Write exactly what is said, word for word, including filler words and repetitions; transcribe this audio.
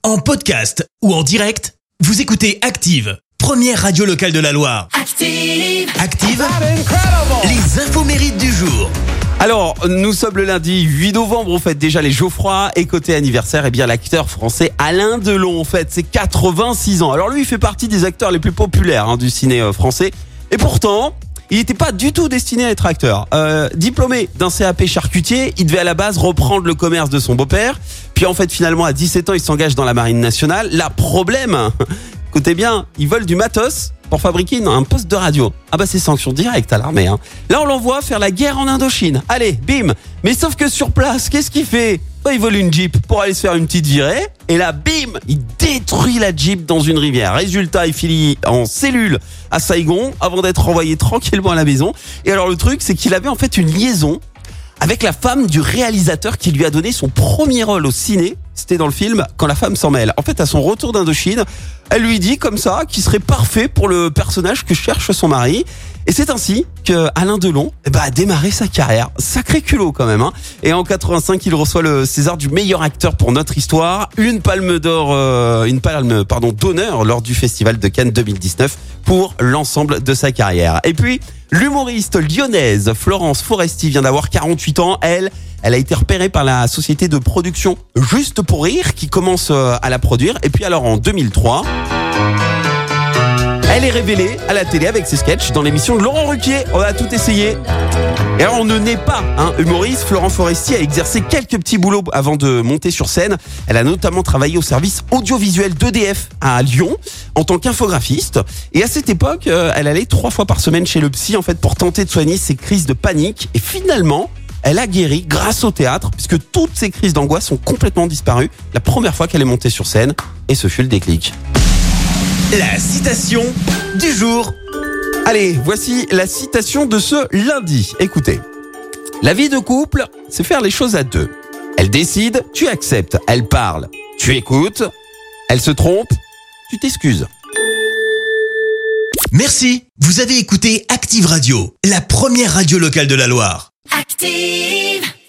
En podcast ou en direct, vous écoutez Active, première radio locale de la Loire. Active, Active, les infos mérites du jour. Alors, nous sommes le lundi huit novembre, on fête déjà les Geoffroy et côté anniversaire, eh bien l'acteur français Alain Delon, on fête ses quatre-vingt-six ans. Alors lui, il fait partie des acteurs les plus populaires hein, du ciné français. Et pourtant, il n'était pas du tout destiné à être acteur. Euh, diplômé d'un C A P charcutier, il devait à la base reprendre le commerce de son beau-père. Puis en fait, finalement, à dix-sept ans, il s'engage dans la marine nationale. Là, problème, écoutez bien, ils veulent du matos pour fabriquer un poste de radio. Ah bah c'est sanction directe à l'armée. Hein. Là, on l'envoie faire la guerre en Indochine. Allez, bim. Mais sauf que sur place, qu'est-ce qu'il fait ? Bah, il vole une Jeep pour aller se faire une petite virée. Et là, bim, il détruit la Jeep dans une rivière. Résultat, il finit en cellule à Saigon avant d'être renvoyé tranquillement à la maison. Et alors le truc, c'est qu'il avait en fait une liaison avec la femme du réalisateur qui lui a donné son premier rôle au ciné. C'était dans le film Quand la femme s'en mêle. En fait, à son retour d'Indochine, elle lui dit comme ça qu'il serait parfait pour le personnage que cherche son mari. Et c'est ainsi que Alain Delon eh ben, a démarré sa carrière. Sacré culot quand même. Hein. Et en quatre-vingt-cinq, il reçoit le César du meilleur acteur pour Notre Histoire. Une palme d'or, euh, une palme pardon d'honneur lors du Festival de Cannes deux mille dix-neuf pour l'ensemble de sa carrière. Et puis, l'humoriste lyonnaise Florence Foresti vient d'avoir quarante-huit ans. Elle, elle a été repérée par la société de production Juste pour rire qui commence à la produire. Et puis alors en deux mille trois... elle est révélée à la télé avec ses sketchs dans l'émission de Laurent Ruquier. On a tout essayé. Et alors on ne naît pas hein, humoriste. Florence Foresti a exercé quelques petits boulots avant de monter sur scène. Elle a notamment travaillé au service audiovisuel d'E D F à Lyon en tant qu'infographiste. Et à cette époque, elle allait trois fois par semaine chez le psy en fait pour tenter de soigner ses crises de panique. Et finalement, elle a guéri grâce au théâtre puisque toutes ses crises d'angoisse sont complètement disparues la première fois qu'elle est montée sur scène. Et ce fut le déclic. La citation du jour. Allez, voici la citation de ce lundi. Écoutez. La vie de couple, c'est faire les choses à deux. Elle décide, tu acceptes. Elle parle, tu écoutes. Elle se trompe, tu t'excuses. Merci. Vous avez écouté Active Radio, la première radio locale de la Loire. Active!